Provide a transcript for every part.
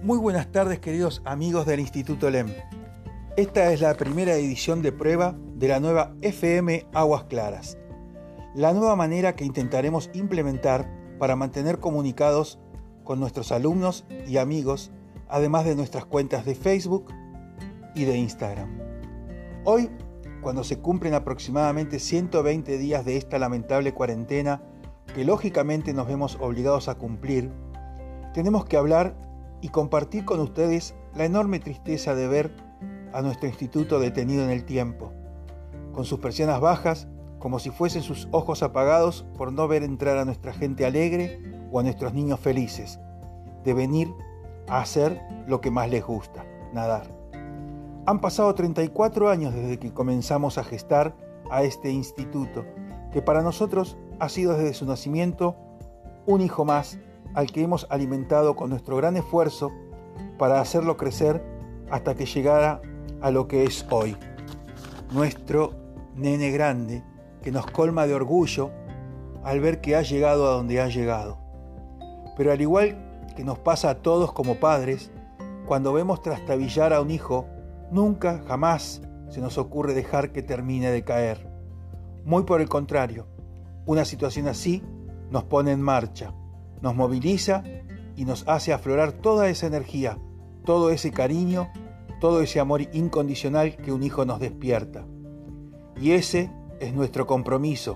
Muy buenas tardes, queridos amigos del Instituto LEM. Esta es la primera edición de prueba de la nueva FM Aguas Claras. La nueva manera que intentaremos implementar para mantener comunicados con nuestros alumnos y amigos, además de nuestras cuentas de Facebook y de Instagram. Hoy, cuando se cumplen aproximadamente 120 días de esta lamentable cuarentena, que lógicamente nos vemos obligados a cumplir, tenemos que hablar y compartir con ustedes la enorme tristeza de ver a nuestro instituto detenido en el tiempo, con sus persianas bajas, como si fuesen sus ojos apagados por no ver entrar a nuestra gente alegre o a nuestros niños felices, de venir a hacer lo que más les gusta, nadar. Han pasado 34 años desde que comenzamos a gestar a este instituto, que para nosotros ha sido desde su nacimiento un hijo más al que hemos alimentado con nuestro gran esfuerzo para hacerlo crecer hasta que llegara a lo que es hoy. Nuestro nene grande que nos colma de orgullo al ver que ha llegado a donde ha llegado. Pero al igual que nos pasa a todos como padres, cuando vemos trastabillar a un hijo, nunca, jamás se nos ocurre dejar que termine de caer. Muy por el contrario, una situación así nos pone en marcha, nos moviliza y nos hace aflorar toda esa energía, todo ese cariño, todo ese amor incondicional que un hijo nos despierta. Y ese es nuestro compromiso,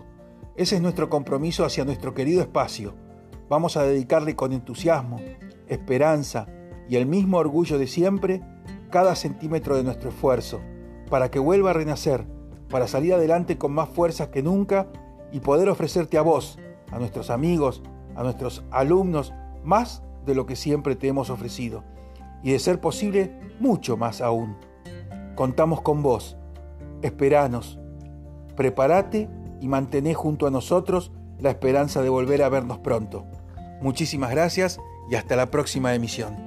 hacia nuestro querido espacio. Vamos a dedicarle con entusiasmo, esperanza y el mismo orgullo de siempre cada centímetro de nuestro esfuerzo, para que vuelva a renacer, para salir adelante con más fuerzas que nunca y poder ofrecerte a vos, a nuestros amigos, a nuestros alumnos, más de lo que siempre te hemos ofrecido, y de ser posible, mucho más aún. Contamos con vos, esperanos, prepárate y mantené junto a nosotros la esperanza de volver a vernos pronto. Muchísimas gracias y hasta la próxima emisión.